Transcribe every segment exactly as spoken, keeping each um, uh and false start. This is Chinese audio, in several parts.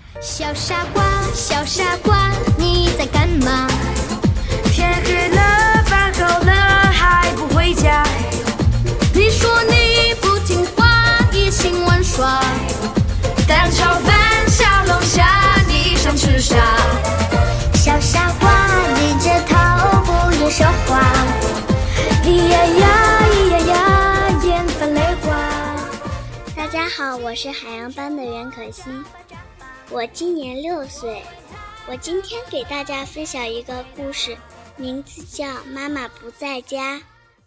小傻瓜，小傻瓜，你在干嘛？ 天黑了，饭后了，还不回家？ 你说你不听话，一心玩耍。 蛋炒饭，小龙虾，你想吃啥？ 小傻瓜，低着头，不愿说话。咿呀呀，咿呀呀，眼泛泪花。 大家好，我是海洋班的袁可欣，我今年六岁。我今天给大家分享一个故事，名字叫《妈妈不在家》。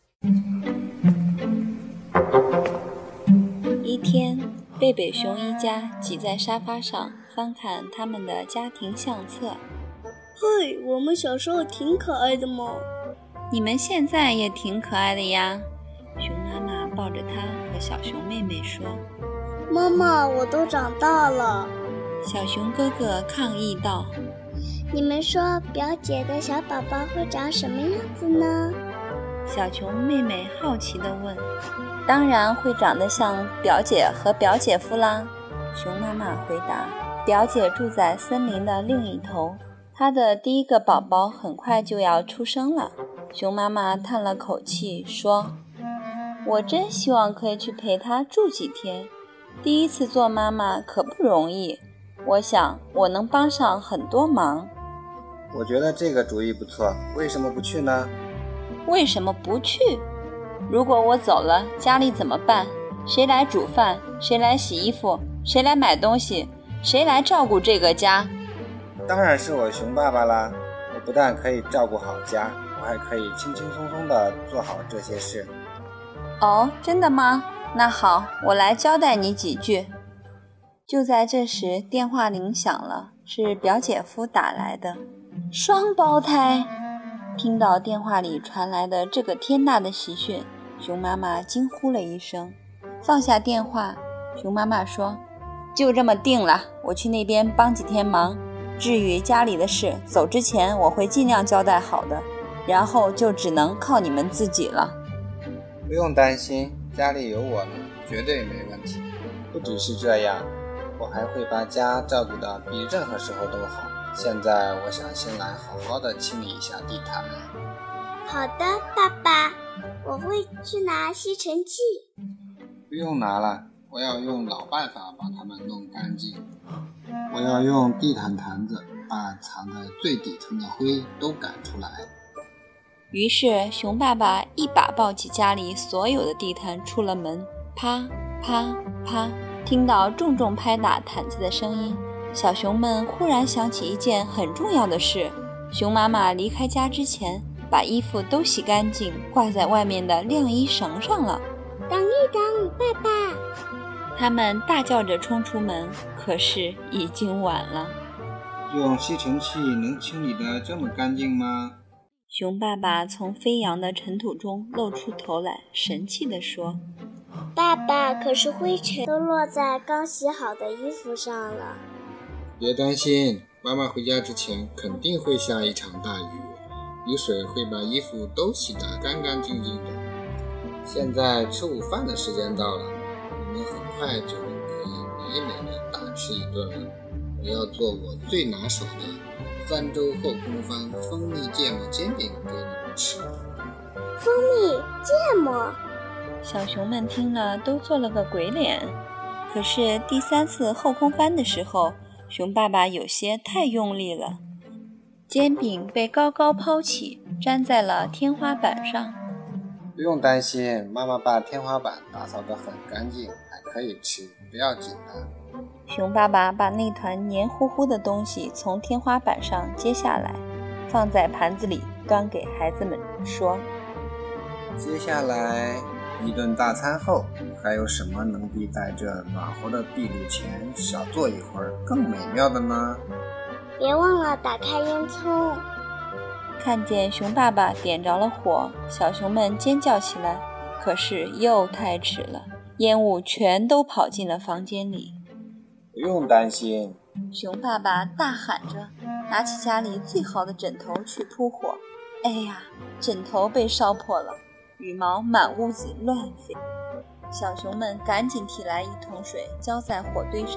一天，贝贝熊一家挤在沙发上翻看他们的家庭相册。 嘿，我们小时候挺可爱的嘛。 你们现在也挺可爱的呀。熊妈妈抱着她和小熊妹妹说。 妈妈，我都长大了。 小熊哥哥抗议道。 你们说表姐的小宝宝会长什么样子呢？ 小熊妹妹好奇地问。当然会长得像表姐和表姐夫啦。熊妈妈回答。表姐住在森林的另一头，她的第一个宝宝很快就要出生了。熊妈妈叹了口气说，我真希望可以去陪她住几天，第一次做妈妈可不容易，我想我能帮上很多忙。 我觉得这个主意不错，为什么不去呢？ 为什么不去？如果我走了，家里怎么办？谁来煮饭？谁来洗衣服？谁来买东西？谁来照顾这个家？ 当然是我熊爸爸啦！我不但可以照顾好家，我还可以轻轻松松地做好这些事。 哦，真的吗？那好，我来交代你几句。就在这时，电话铃响了，是表姐夫打来的。双胞胎！听到电话里传来的这个天大的喜讯，熊妈妈惊呼了一声，放下电话。熊妈妈说，就这么定了，我去那边帮几天忙，至于家里的事，走之前我会尽量交代好的，然后就只能靠你们自己了。 不用担心，家里有我呢，绝对没问题。不只是这样，我还会把家照顾得比任何时候都好。现在我想先来好好的清理一下地毯。 好的，爸爸，我会去拿吸尘器。 不用拿了，我要用老办法把它们弄干净。我要用地毯坛子把藏在最底层的灰都赶出来。 于是熊爸爸一把抱起家里所有的地毯出了门，啪啪啪，听到重重拍打毯子的声音，小熊们忽然想起一件很重要的事。熊妈妈离开家之前把衣服都洗干净，挂在外面的晾衣绳上了。 等一等，爸爸！ 他们大叫着冲出门，可是已经晚了。 用吸尘器能清理得这么干净吗？ 熊爸爸从飞扬的尘土中露出头来，神气地说。 爸爸，可是灰尘都落在刚洗好的衣服上了。 别担心，妈妈回家之前肯定会下一场大雨，雨水会把衣服都洗得干干净净的。现在吃午饭的时间到了，你们很快就可以美美的大吃一顿了。我要做我最拿手的三周后空翻蜂蜜芥末煎饼给你们吃。 蜂蜜芥末？ 小熊们听了都做了个鬼脸。可是第三次后空翻的时候，熊爸爸有些太用力了，煎饼被高高抛起，粘在了天花板上。 不用担心，妈妈把天花板打扫得很干净，还可以吃，不要紧的。 熊爸爸把那团黏糊糊的东西从天花板上接下来，放在盘子里，端给孩子们说， 接下来一顿大餐后，还有什么能比在这暖和的壁炉前少坐一会儿更美妙的呢？ 别忘了打开烟囱。 看见熊爸爸点着了火，小熊们尖叫起来，可是又太迟了，烟雾全都跑进了房间里。 不用担心， 熊爸爸大喊着，拿起家里最好的枕头去扑火。哎呀，枕头被烧破了，羽毛满屋子乱飞。小熊们赶紧提来一桶水，浇在火堆上，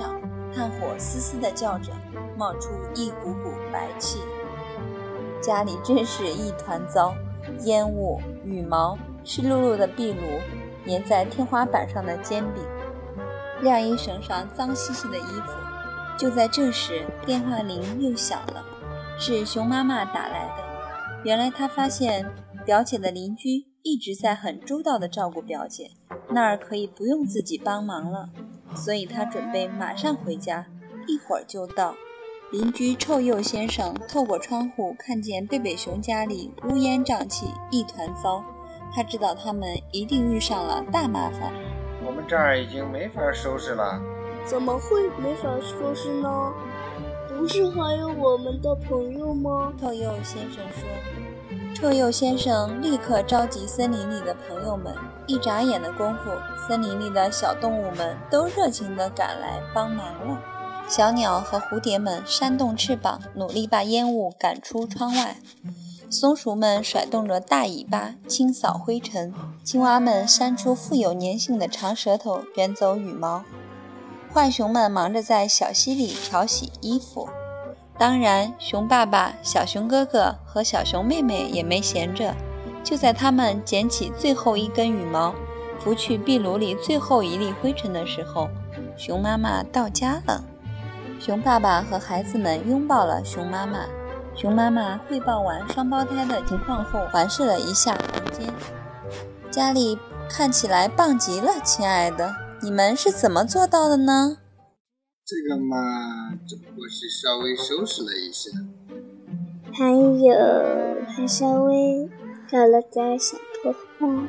炭火嘶嘶地叫着，冒出一股股白气。家里真是一团糟，烟雾、羽毛、湿漉漉的壁炉，粘在天花板上的煎饼，晾衣绳上脏兮兮的衣服。就在这时，电话铃又响了，是熊妈妈打来的。原来她发现表姐的邻居一直在很周到地照顾表姐，那儿可以不用自己帮忙了，所以她准备马上回家，一会儿就到。邻居臭鼬先生透过窗户看见贝贝熊家里乌烟瘴气，一团糟，他知道他们一定遇上了大麻烦。 我们这儿已经没法收拾了。 怎么会没法收拾呢？不是还有我们的朋友吗？ 臭鼬先生说。臭鼬先生立刻召集森林里的朋友们，一眨眼的功夫，森林里的小动物们都热情地赶来帮忙了。小鸟和蝴蝶们扇动翅膀，努力把烟雾赶出窗外。松鼠们甩动着大尾巴，清扫灰尘。青蛙们扇出富有粘性的长舌头，卷走羽毛。浣熊们忙着在小溪里漂洗衣服。当然，熊爸爸、小熊哥哥和小熊妹妹也没闲着。就在他们捡起最后一根羽毛，拂去壁炉里最后一粒灰尘的时候，熊妈妈到家了。熊爸爸和孩子们拥抱了熊妈妈。熊妈妈汇报完双胞胎的情况后，环视了一下房间。家里看起来棒极了，亲爱的，你们是怎么做到的呢？ 这个嘛，只不过是稍微收拾了一下， 还有还稍微搞了点小破坏。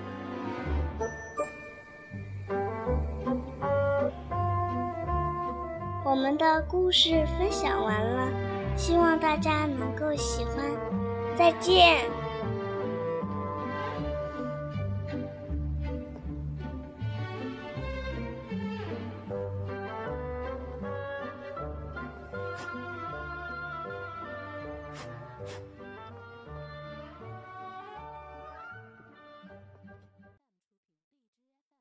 我们的故事分享完了，希望大家能够喜欢。再见。